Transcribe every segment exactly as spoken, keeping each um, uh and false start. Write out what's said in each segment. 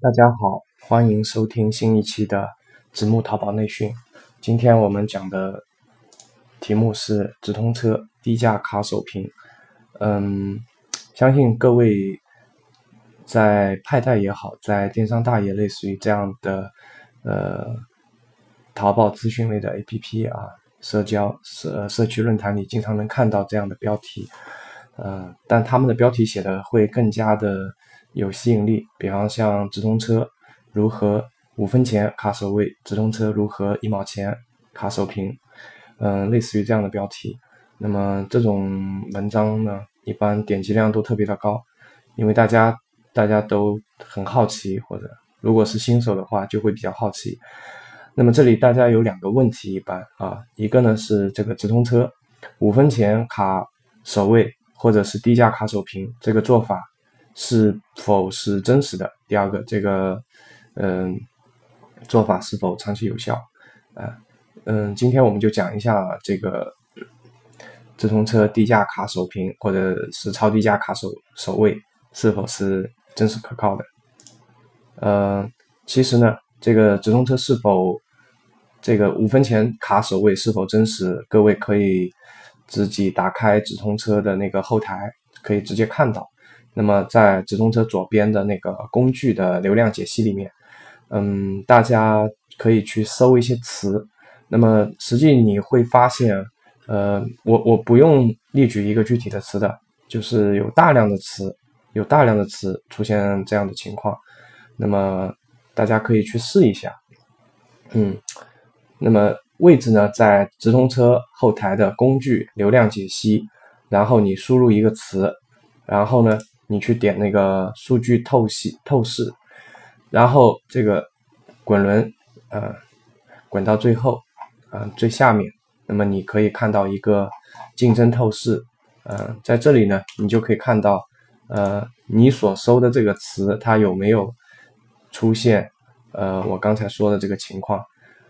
大家好，欢迎收听新一期的子木淘宝内训。今天我们讲的题目是直通车低价卡首屏。嗯，相信各位在派代也好，在电商大业类似于这样的呃淘宝资讯类的 A P P 啊，社交社社区论坛里经常能看到这样的标题。呃，但他们的标题写的会更加的有吸引力，比方像直通车如何五分钱卡首位，直通车如何一毛钱卡首屏，嗯、呃，类似于这样的标题。那么这种文章呢，一般点击量都特别的高，因为大家大家都很好奇，或者如果是新手的话就会比较好奇。那么这里大家有两个问题，一般啊，一个呢是这个直通车五分钱卡首位或者是低价卡首屏这个做法是否是真实的？第二个，这个嗯做法是否长期有效？啊嗯，今天我们就讲一下这个直通车低价卡首屏或者是超低价卡首首位是否是真实可靠的？呃，其实呢，这个直通车是否这个五分钱卡首位是否真实？各位可以自己打开直通车的那个后台，可以直接看到。那么在直通车左边的那个工具的流量解析里面，嗯，大家可以去搜一些词。那么实际你会发现，呃，我我不用列举一个具体的词的，就是有大量的词，有大量的词出现这样的情况。那么大家可以去试一下，嗯，那么位置呢，在直通车后台的工具流量解析，然后你输入一个词，然后呢，你去点那个数据透析透视，然后这个滚轮，呃，滚到最后，呃，最下面，那么你可以看到一个竞争透视，呃，在这里呢，你就可以看到，呃，你所搜的这个词它有没有出现，呃，我刚才说的这个情况。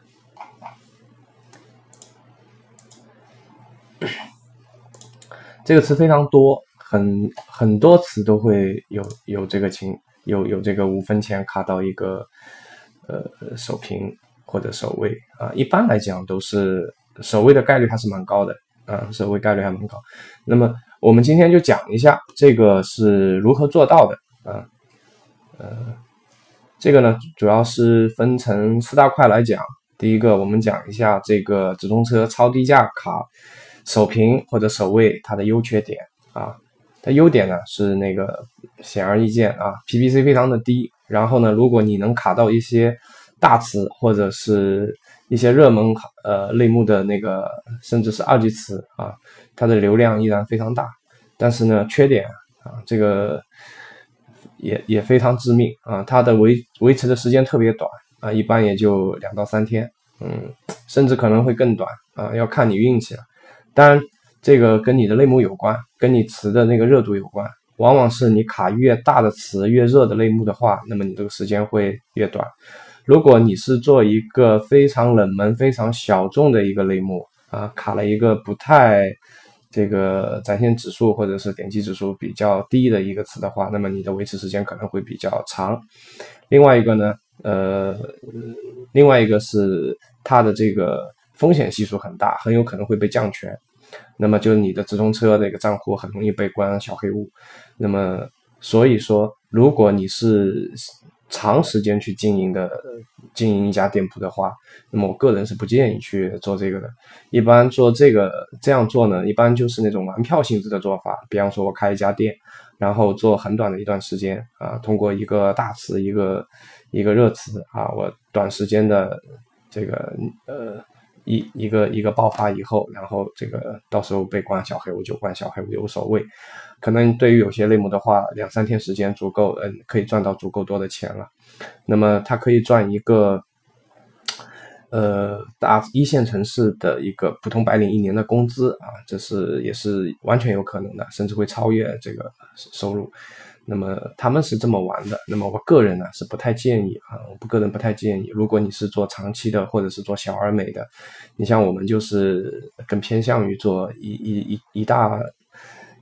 这个词非常多，很很多词都会有有这个情有有这个五分钱卡到一个呃首屏或者首位啊，一般来讲都是首位的概率还是蛮高的啊，首位概率还蛮高。那么我们今天就讲一下这个是如何做到的啊，呃，这个呢主要是分成四大块来讲。第一个，我们讲一下这个直通车超低价卡首屏或者首位它的优缺点啊。它优点呢是那个显而易见啊 ，P P C 非常的低。然后呢，如果你能卡到一些大词或者是一些热门呃类目的那个，甚至是二级词啊，它的流量依然非常大。但是呢，缺点啊，这个也也非常致命啊，它的维维持的时间特别短啊，一般也就两到三天，嗯，甚至可能会更短啊，要看你运气了。当然，这个跟你的类目有关，跟你词的那个热度有关。往往是你卡越大的词、越热的类目的话，那么你这个时间会越短。如果你是做一个非常冷门、非常小众的一个类目啊，卡了一个不太这个展现指数或者是点击指数比较低的一个词的话，那么你的维持时间可能会比较长。另外一个呢，呃，另外一个是它的这个风险系数很大，很有可能会被降权。那么就是你的直通车这个账户很容易被关小黑屋。那么所以说，如果你是长时间去经营的经营一家店铺的话，那么我个人是不建议去做这个的。一般做这个这样做呢，一般就是那种玩票性质的做法。比方说我开一家店，然后做很短的一段时间啊，通过一个大词一个一个热词啊，我短时间的这个呃一一个一个爆发以后，然后这个到时候被关小黑屋就关小黑屋有所谓。可能对于有些类目的话，两三天时间足够，嗯，可以赚到足够多的钱了。那么它可以赚一个呃大一线城市的一个普通白领一年的工资啊，这是也是完全有可能的，甚至会超越这个收入。那么他们是这么玩的，那么我个人呢是不太建议啊，我个人不太建议。如果你是做长期的或者是做小而美的，你像我们就是更偏向于做一一一一大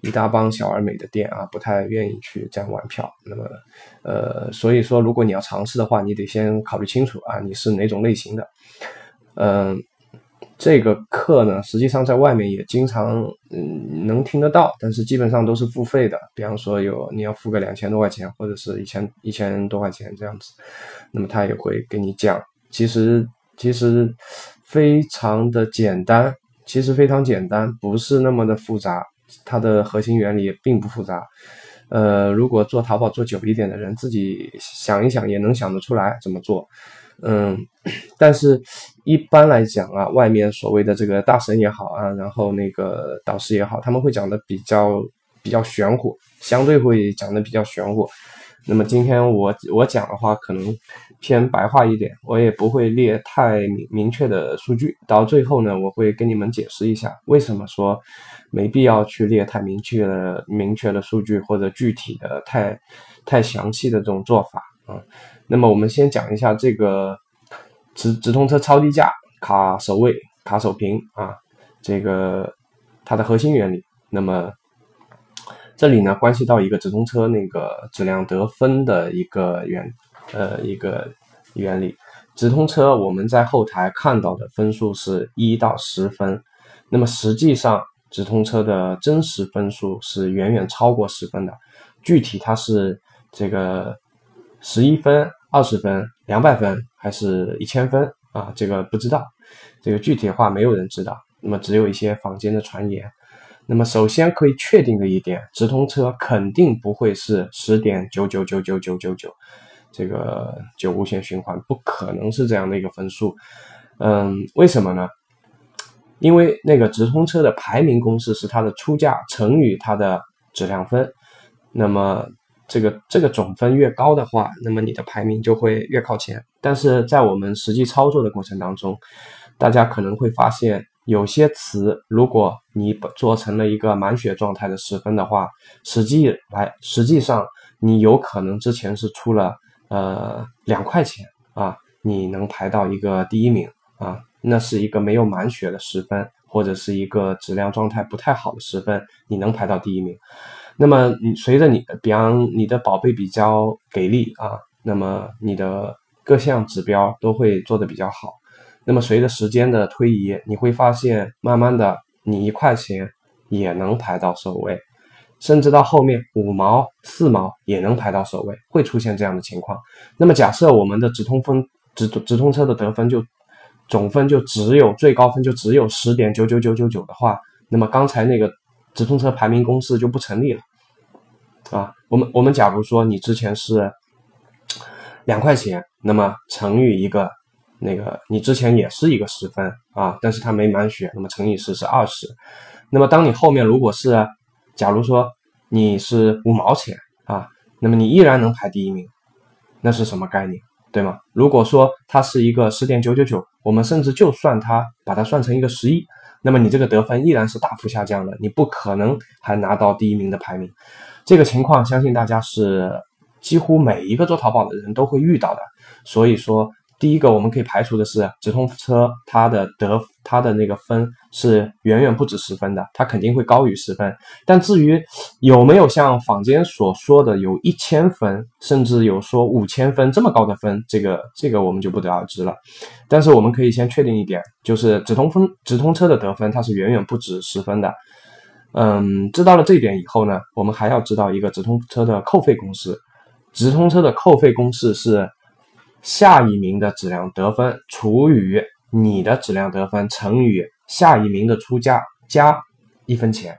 一大帮小而美的店啊，不太愿意去这样玩票。那么呃，所以说如果你要尝试的话，你得先考虑清楚啊，你是哪种类型的。嗯、呃，这个课呢，实际上在外面也经常嗯能听得到，但是基本上都是付费的。比方说有你要付个两千多块钱，或者是一千一千多块钱这样子，那么他也会给你讲，其实其实非常的简单，其实非常简单，不是那么的复杂，它的核心原理也并不复杂。呃，如果做淘宝做久一点的人，自己想一想也能想得出来怎么做。嗯，但是一般来讲啊，外面所谓的这个大神也好啊，然后那个导师也好，他们会讲的比较比较玄乎，相对会讲的比较玄乎。那么今天我我讲的话可能偏白话一点，我也不会列太明明确的数据，到最后呢，我会跟你们解释一下为什么说没必要去列太明确的明确的数据或者具体的太太详细的这种做法啊。那么我们先讲一下这个直直通车超低价卡首位卡首屏啊，这个它的核心原理。那么这里呢，关系到一个直通车那个质量得分的一个原呃一个原理。直通车我们在后台看到的分数是一到十分，那么实际上直通车的真实分数是远远超过十分的，具体它是这个十一分、二十分、两百分还是一千分啊？这个不知道，这个具体的话没有人知道，那么只有一些坊间的传言。那么首先可以确定的一点，直通车肯定不会是 十点九九九九九九九 这个九无限循环，不可能是这样的一个分数。嗯，为什么呢？因为那个直通车的排名公式是它的出价乘以它的质量分，那么这个这个总分越高的话，那么你的排名就会越靠前。但是在我们实际操作的过程当中，大家可能会发现有些词，如果你做成了一个满血状态的十分的话，实际来实际上你有可能之前是出了呃两块钱啊，你能排到一个第一名啊，那是一个没有满血的十分，或者是一个质量状态不太好的十分，你能排到第一名。那么你随着你比方你的宝贝比较给力啊，那么你的各项指标都会做得比较好。那么随着时间的推移，你会发现慢慢的你一块钱也能排到首位，甚至到后面五毛四毛也能排到首位，会出现这样的情况。那么假设我们的直通分直直通车的得分就总分就只有最高分就只有 十点九九九九九 的话，那么刚才那个直通车排名公式就不成立了啊。我们我们假如说你之前是两块钱，那么乘以一个那个你之前也是一个十分啊，但是它没满血，那么乘以十是二十。那么当你后面如果是假如说你是五毛钱啊，那么你依然能排第一名，那是什么概念，对吗？如果说它是一个 十点九九九， 我们甚至就算它把它算成一个十一，那么你这个得分依然是大幅下降的，你不可能还拿到第一名的排名。这个情况相信大家是几乎每一个做淘宝的人都会遇到的。所以说第一个我们可以排除的是直通车它的得它的那个分是远远不止十分的，它肯定会高于十分。但至于有没有像坊间所说的有一千分，甚至有说五千分这么高的分，这个这个我们就不得而知了。但是我们可以先确定一点，就是直通分直通车的得分它是远远不止十分的。嗯，知道了这一点以后呢，我们还要知道一个直通车的扣费公式。直通车的扣费公式是下一名的质量得分除以你的质量得分乘以下一名的出价加一分钱。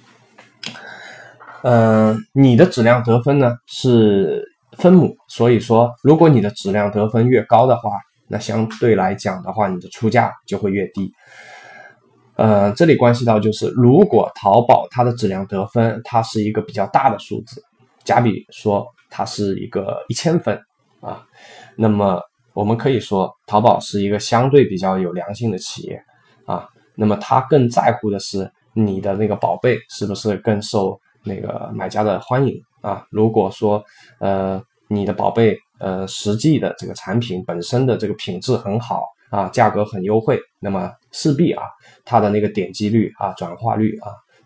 嗯、呃，你的质量得分呢是分母，所以说如果你的质量得分越高的话，那相对来讲的话，你的出价就会越低。呃，这里关系到就是，如果淘宝它的质量得分它是一个比较大的数字，假比说它是一个一千分啊，那么我们可以说淘宝是一个相对比较有良心的企业啊，那么它更在乎的是你的那个宝贝是不是更受那个买家的欢迎啊。如果说呃你的宝贝呃实际的这个产品本身的这个品质很好啊，价格很优惠，那么势必啊它的那个点击率啊转化率啊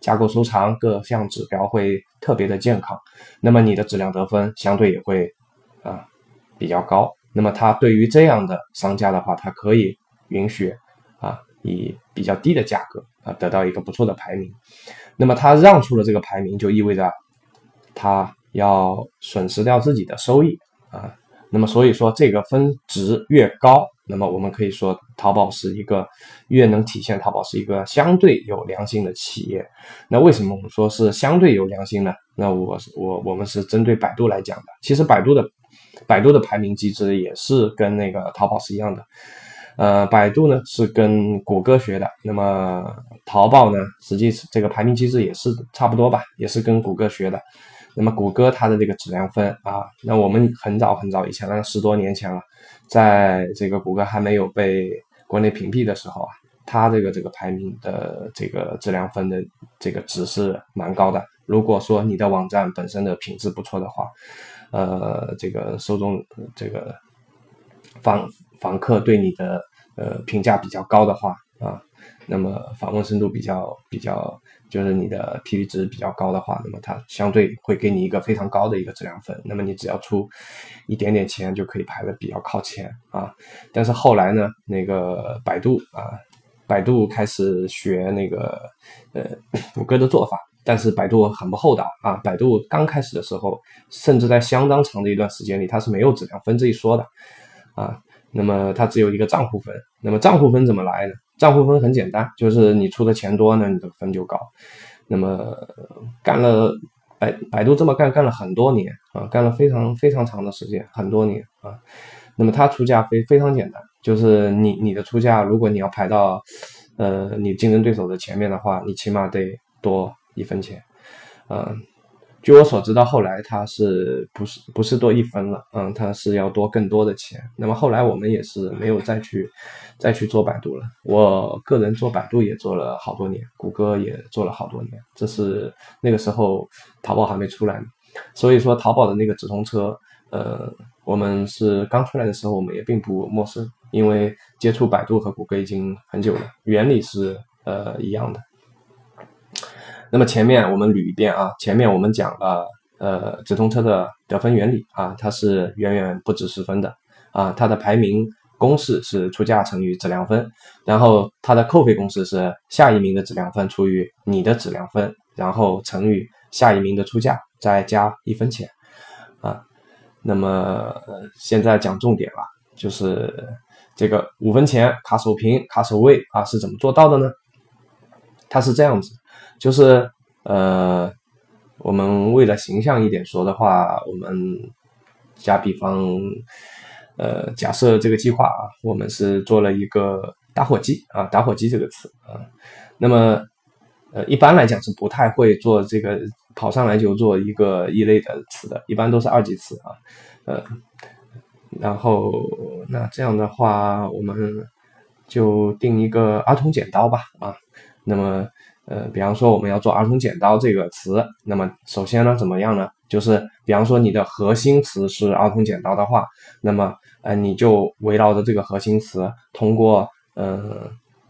架构收藏各项指标会特别的健康，那么你的质量得分相对也会啊比较高。那么它对于这样的商家的话，它可以允许啊以比较低的价格啊得到一个不错的排名。那么他让出了这个排名，就意味着他要损失掉自己的收益啊。那么所以说这个分值越高，那么我们可以说淘宝是一个越能体现淘宝是一个相对有良心的企业。那为什么我们说是相对有良心呢？那我我我们是针对百度来讲的。其实百度的百度的排名机制也是跟那个淘宝是一样的。呃，百度呢是跟谷歌学的，那么淘宝呢，实际这个排名机制也是差不多吧，也是跟谷歌学的。那么谷歌它的这个质量分啊，那我们很早很早以前，那十多年前了，在这个谷歌还没有被国内屏蔽的时候啊，它这个这个排名的这个质量分的这个值是蛮高的。如果说你的网站本身的品质不错的话，呃，这个受众这个访访客对你的呃评价比较高的话啊，那么访问深度比较比较就是你的 P V 值比较高的话，那么它相对会给你一个非常高的一个质量分，那么你只要出一点点钱就可以排的比较靠前啊。但是后来呢，那个百度啊，百度开始学那个呃谷歌的做法。但是百度很不厚道啊！百度刚开始的时候，甚至在相当长的一段时间里，它是没有质量分这一说的啊。那么它只有一个账户分。那么账户分怎么来呢？账户分很简单，就是你出的钱多呢，你的分就高。那么干了百百度这么干干了很多年啊，干了非常非常长的时间，很多年啊。那么它出价非非常简单，就是你你的出价，如果你要排到呃你竞争对手的前面的话，你起码得多一分钱，嗯，据我所知道，后来它是不是不是多一分了，嗯，它是要多更多的钱。那么后来我们也是没有再去再去做百度了。我个人做百度也做了好多年，谷歌也做了好多年，这是那个时候淘宝还没出来呢。所以说淘宝的那个直通车，呃，我们是刚出来的时候，我们也并不陌生，因为接触百度和谷歌已经很久了，原理是呃一样的。那么前面我们捋一遍啊，前面我们讲了呃直通车的得分原理啊，它是远远不止十分的啊，它的排名公式是出价乘以质量分，然后它的扣费公式是下一名的质量分除以你的质量分，然后乘以下一名的出价再加一分钱啊。那么、呃、现在讲重点了，就是这个五分钱卡首屏卡首位啊是怎么做到的呢？它是这样子。就是呃，我们为了形象一点说的话，我们假比方，呃，假设这个计划啊，我们是做了一个打火机啊，打火机这个词啊，那么呃，一般来讲是不太会做这个跑上来就做一个一类的词的，一般都是二级词啊，呃，然后那这样的话，我们就定一个儿童剪刀吧啊，那么。呃，比方说我们要做儿童剪刀这个词，那么首先呢，怎么样呢？就是比方说你的核心词是儿童剪刀的话，那么呃，你就围绕着这个核心词，通过呃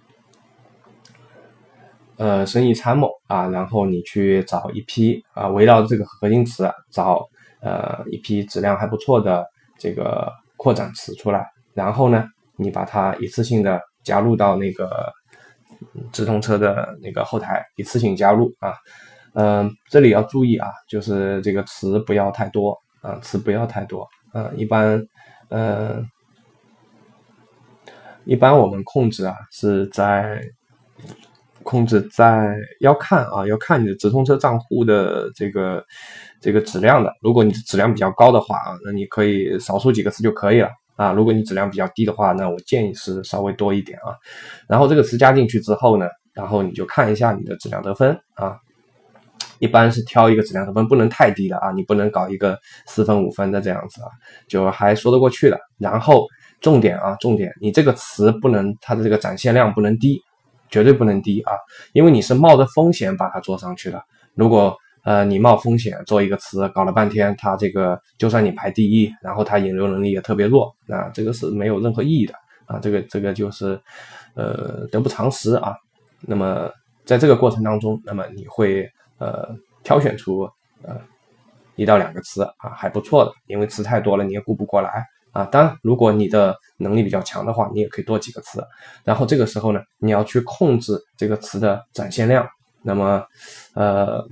呃生意参谋啊，然后你去找一批啊，围绕这个核心词找呃一批质量还不错的这个扩展词出来，然后呢，你把它一次性的加入到那个。直通车的那个后台一次性加入啊，嗯、呃，这里要注意啊，就是这个词不要太多啊，词不要太多啊，一般，呃，一般我们控制啊是在控制在要看啊，要看你的直通车账户的这个这个质量的，如果你的质量比较高的话啊，那你可以少输几个词就可以了。啊，如果你质量比较低的话，那我建议是稍微多一点啊。然后这个词加进去之后呢，然后你就看一下你的质量得分啊。一般是挑一个质量得分不能太低的啊，你不能搞一个四分五分的这样子啊，就还说得过去的。然后重点啊，重点，你这个词不能它的这个展现量不能低，绝对不能低啊，因为你是冒着风险把它做上去的。如果呃，你冒风险做一个词，搞了半天，它这个就算你排第一，然后它引流能力也特别弱，那这个是没有任何意义的啊，这个这个就是呃得不偿失啊。那么在这个过程当中，那么你会呃挑选出呃一到两个词啊还不错的，因为词太多了你也顾不过来啊。当然，如果你的能力比较强的话，你也可以多几个词。然后这个时候呢，你要去控制这个词的展现量，那么呃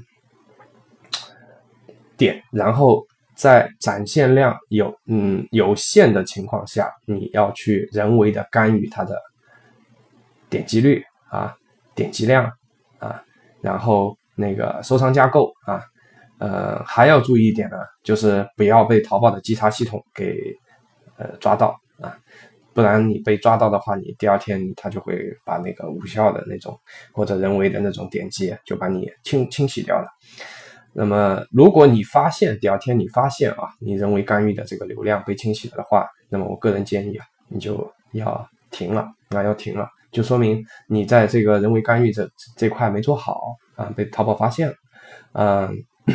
点，然后在展现量有嗯有限的情况下，你要去人为的干预它的点击率啊、点击量啊，然后那个收藏架构啊，呃，还要注意一点呢，就是不要被淘宝的稽查系统给呃抓到啊，不然你被抓到的话，你第二天它就会把那个无效的那种或者人为的那种点击就把你清清洗掉了。那么如果你发现第二天你发现啊，你人为干预的这个流量被清洗了的话，那么我个人建议啊，你就要停了啊，要停了，就说明你在这个人为干预这这块没做好啊，被淘宝发现了。嗯，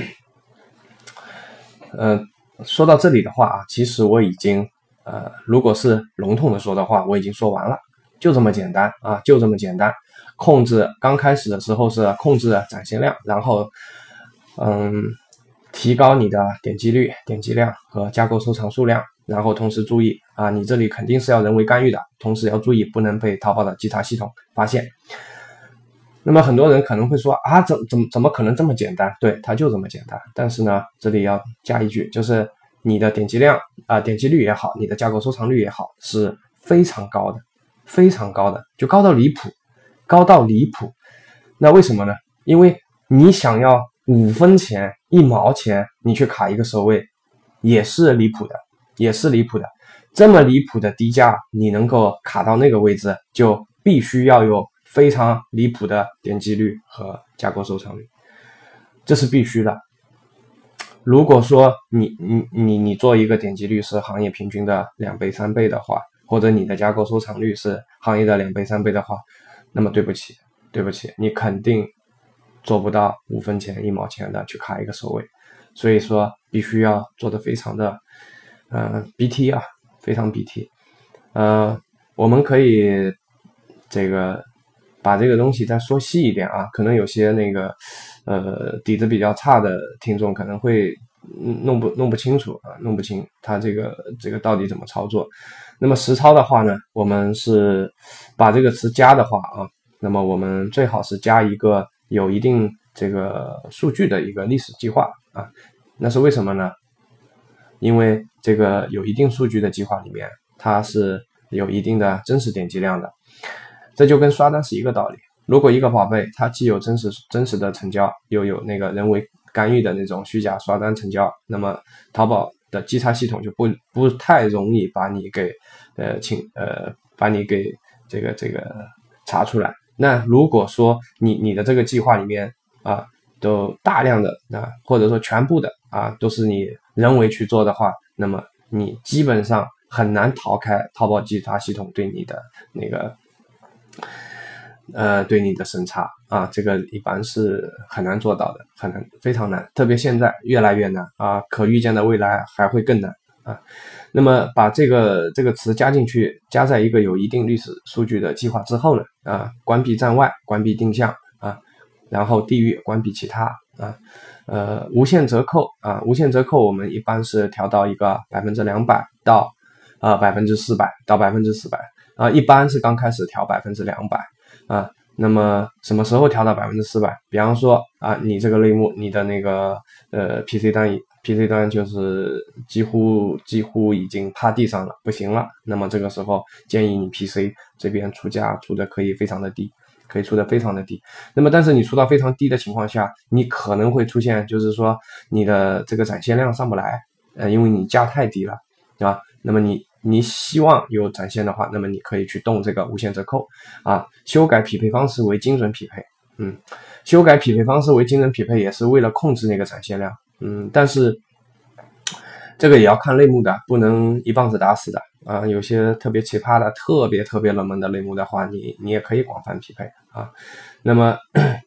呃，说到这里的话啊，其实我已经呃，如果是笼统的说的话，我已经说完了，就这么简单啊，就这么简单。控制刚开始的时候是控制展现量，然后嗯，提高你的点击率、点击量和加购收藏数量，然后同时注意啊，你这里肯定是要人为干预的，同时要注意不能被淘宝的稽查系统发现。那么很多人可能会说啊，怎怎么怎么可能这么简单？对，它就这么简单。但是呢，这里要加一句，就是你的点击量啊、呃，点击率也好，你的加购收藏率也好，是非常高的，非常高的，就高到离谱，高到离谱。那为什么呢？因为你想要五分钱、一毛钱，你去卡一个首位，也是离谱的，也是离谱的。这么离谱的低价，你能够卡到那个位置，就必须要有非常离谱的点击率和加购收藏率，这是必须的。如果说你你你你做一个点击率是行业平均的两倍三倍的话，或者你的加购收藏率是行业的两倍三倍的话，那么对不起，对不起，你肯定做不到五分钱一毛钱的去卡一个首位。所以说必须要做得非常的呃 B T 啊，非常 B T。呃，我们可以这个把这个东西再说细一点啊，可能有些那个呃底子比较差的听众可能会弄不弄不清楚啊，弄不清它这个这个到底怎么操作。那么实操的话呢，我们是把这个词加的话啊，那么我们最好是加一个有一定这个数据的一个历史计划啊，那是为什么呢？因为这个有一定数据的计划里面，它是有一定的真实点击量的，这就跟刷单是一个道理。如果一个宝贝它既有真实真实的成交，又有那个人为干预的那种虚假刷单成交，那么淘宝的稽查系统就不不太容易把你给呃请呃把你给这个这个查出来。那如果说你你的这个计划里面啊都大量的啊或者说全部的啊都是你人为去做的话，那么你基本上很难逃开淘宝稽查系统对你的那个呃对你的审查啊，这个一般是很难做到的，很难，非常难，特别现在越来越难啊，可预见的未来还会更难啊。那么把这个这个词加进去，加在一个有一定历史数据的计划之后呢，啊，关闭站外，关闭定向啊，然后地域关闭其他啊，呃，无限折扣啊，无限折扣我们一般是调到一个百分之两百到啊百分之四百到百分之四百啊，一般是刚开始调百分之两百啊。那么什么时候调到百分之四百？比方说啊，你这个类目，你的那个呃 P C 端 P C 端就是几乎几乎已经趴地上了，不行了。那么这个时候建议你 P C 这边出价出的可以非常的低，可以出的非常的低。那么但是你出到非常低的情况下，你可能会出现就是说你的这个展现量上不来，呃，因为你价太低了啊。那么你你希望有展现的话，那么你可以去动这个无限折扣啊，修改匹配方式为精准匹配。嗯，修改匹配方式为精准匹配也是为了控制那个展现量。嗯，但是这个也要看类目的，不能一棒子打死的啊。有些特别奇葩的、特别特别冷门的类目的话，你你也可以广泛匹配啊。那么，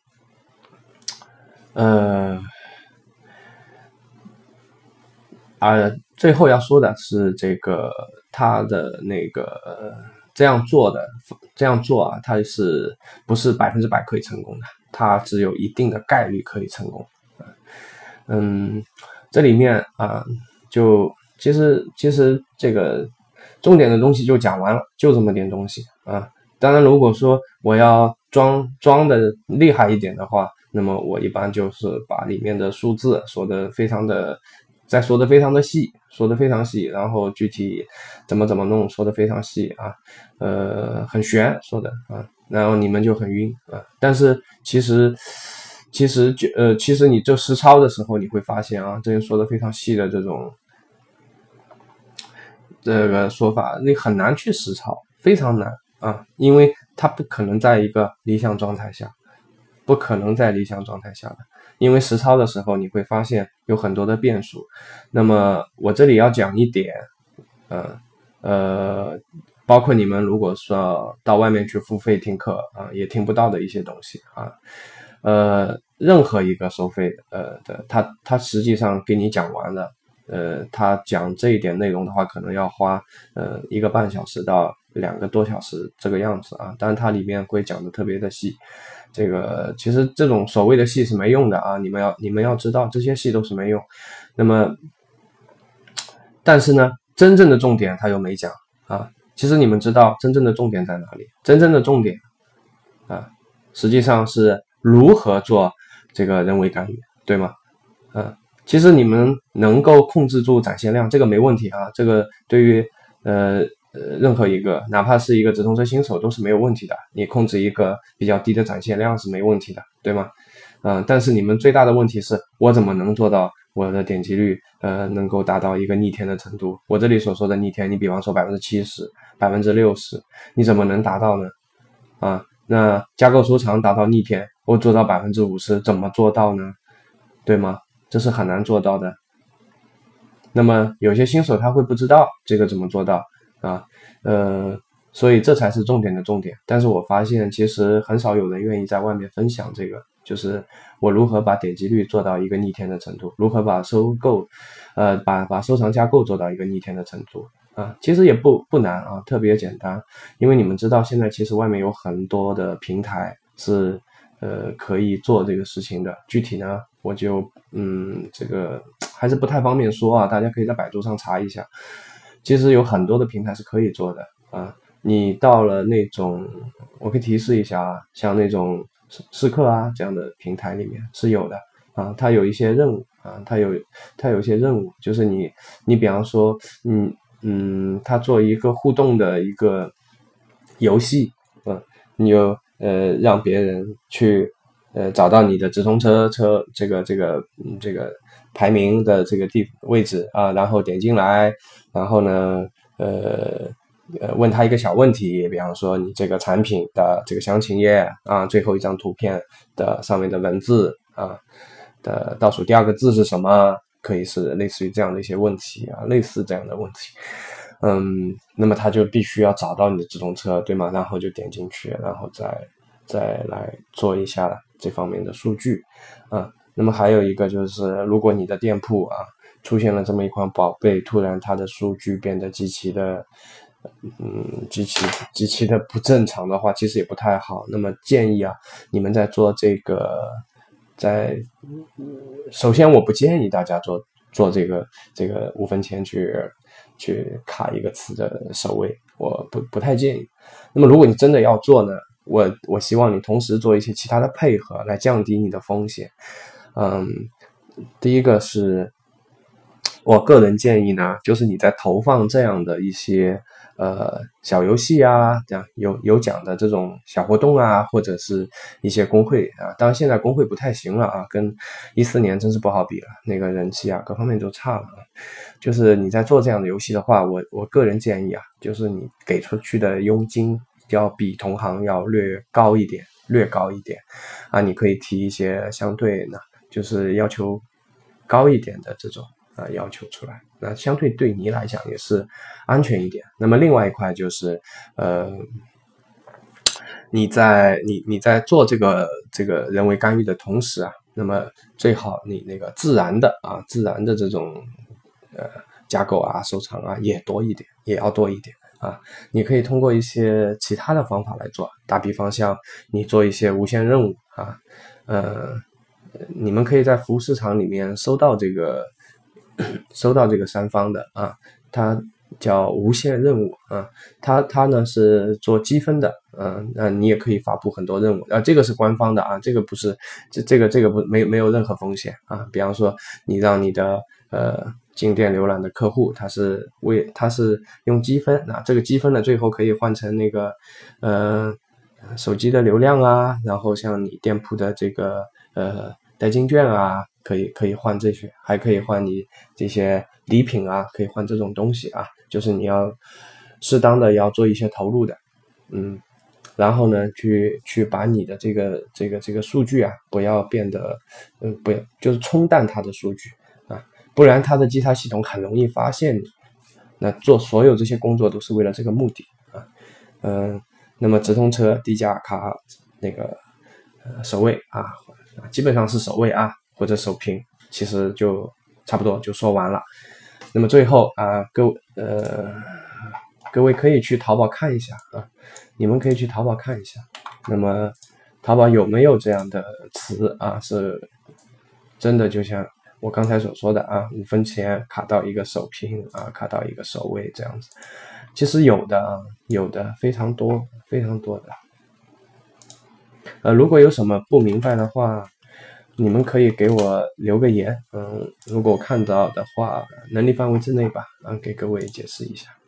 呃。啊，最后要说的是这个他的那个、呃、这样做的这样做啊，它是不是百分之百可以成功的它只有一定的概率可以成功。嗯，这里面啊，就其实其实这个重点的东西就讲完了，就这么点东西啊。当然，如果说我要装装的厉害一点的话，那么我一般就是把里面的数字说的非常的，再说的非常的细，说的非常细，然后具体怎么怎么弄说的非常细啊，呃，很玄说的啊，然后你们就很晕啊。但是其实其实就呃，其实你就实操的时候，你会发现啊，这些说的非常细的这种这个说法，你很难去实操，非常难。啊，因为它不可能在一个理想状态下，不可能在理想状态下的，因为实操的时候你会发现有很多的变数。那么我这里要讲一点，呃呃，包括你们如果说到外面去付费听课啊，也听不到的一些东西啊，呃，任何一个收费呃的，他他实际上给你讲完了。呃，他讲这一点内容的话，可能要花呃一个半小时到两个多小时这个样子啊。当然，它里面会讲的特别的细。这个其实这种所谓的细是没用的啊，你们要你们要知道，这些细都是没用。那么，但是呢，真正的重点他又没讲啊。其实你们知道真正的重点在哪里？真正的重点啊，实际上是如何做这个人为干预，对吗？啊。其实你们能够控制住展现量，这个没问题啊。这个对于呃呃任何一个，哪怕是一个直通车新手都是没有问题的。你控制一个比较低的展现量是没问题的，对吗？嗯、呃，但是你们最大的问题是我怎么能做到我的点击率呃能够达到一个逆天的程度？我这里所说的逆天，你比方说百分之七十、百分之六十，你怎么能达到呢？啊，那加购收藏达到逆天，我做到百分之五十，怎么做到呢？对吗？这是很难做到的。那么有些新手他会不知道这个怎么做到啊，呃，所以这才是重点的重点。但是我发现其实很少有人愿意在外面分享这个，就是我如何把点击率做到一个逆天的程度，如何把收购，呃，把把收藏加购做到一个逆天的程度啊，其实也不不难啊，特别简单。因为你们知道现在其实外面有很多的平台是呃可以做这个事情的，具体呢我就嗯这个还是不太方便说啊，大家可以在百度上查一下。其实有很多的平台是可以做的啊，你到了那种我可以提示一下啊，像那种试课啊这样的平台里面是有的啊，它有一些任务啊，它有它有一些任务，就是你你比方说嗯嗯，它做一个互动的一个游戏，嗯，你有呃让别人去呃找到你的直通车车这个这个嗯这个排名的这个地位置啊，然后点进来，然后呢呃呃问他一个小问题，比方说你这个产品的这个详情页啊，最后一张图片的上面的文字啊的倒数第二个字是什么，可以是类似于这样的一些问题啊，类似这样的问题。嗯，那么他就必须要找到你的直通车，对吗？然后就点进去，然后再再来做一下这方面的数据啊。那么还有一个就是，如果你的店铺啊出现了这么一款宝贝，突然它的数据变得极其的嗯极其极其的不正常的话，其实也不太好。那么建议啊，你们在做这个，在首先我不建议大家做做这个这个五分钱去去卡一个词的首位，我不不太建议。那么如果你真的要做呢，我我希望你同时做一些其他的配合来降低你的风险。嗯，第一个是我个人建议呢，就是你在投放这样的一些呃小游戏啊，这样有有奖的这种小活动啊，或者是一些公会啊，当然现在公会不太行了啊，跟一四年真是不好比了，那个人气啊各方面都差了啊。就是你在做这样的游戏的话，我我个人建议啊，就是你给出去的佣金要比同行要略高一点，略高一点啊，你可以提一些相对呢，就是要求高一点的这种啊要求出来，那相对对你来讲也是安全一点。那么另外一块就是呃。你在你你在做这个这个人为干预的同时啊，那么最好你那个自然的啊自然的这种呃加购啊收藏啊也多一点，也要多一点啊。你可以通过一些其他的方法来做，打比方像你做一些无线任务啊，呃，你们可以在服务市场里面收到这个收到这个三方的啊，它叫无线任务啊，它它呢是做积分的，嗯，那你也可以发布很多任务啊，这个是官方的啊，这个不是这这个这个不没没有任何风险啊，比方说你让你的呃进店浏览的客户，他是为他是用积分，那这个积分呢最后可以换成那个呃手机的流量啊，然后像你店铺的这个呃代金券啊，可以可以换这些，还可以换你这些礼品啊，可以换这种东西啊，就是你要适当的要做一些投入的，嗯，然后呢，去去把你的这个这个这个数据啊，不要变得，嗯，不要就是冲淡它的数据啊，不然它的基塔系统很容易发现你。那做所有这些工作都是为了这个目的啊，嗯，那么直通车、低价卡那个呃首位啊，基本上是首位啊，或者首屏，其实就差不多就说完了。那么最后啊，各位呃各位可以去淘宝看一下啊，你们可以去淘宝看一下。那么淘宝有没有这样的词啊？是真的就像我刚才所说的啊，五分钱卡到一个首屏啊，卡到一个首位这样子。其实有的啊，有的非常多，非常多的。呃，如果有什么不明白的话，你们可以给我留个言，嗯，如果看到的话，能力范围之内吧，嗯，给各位解释一下。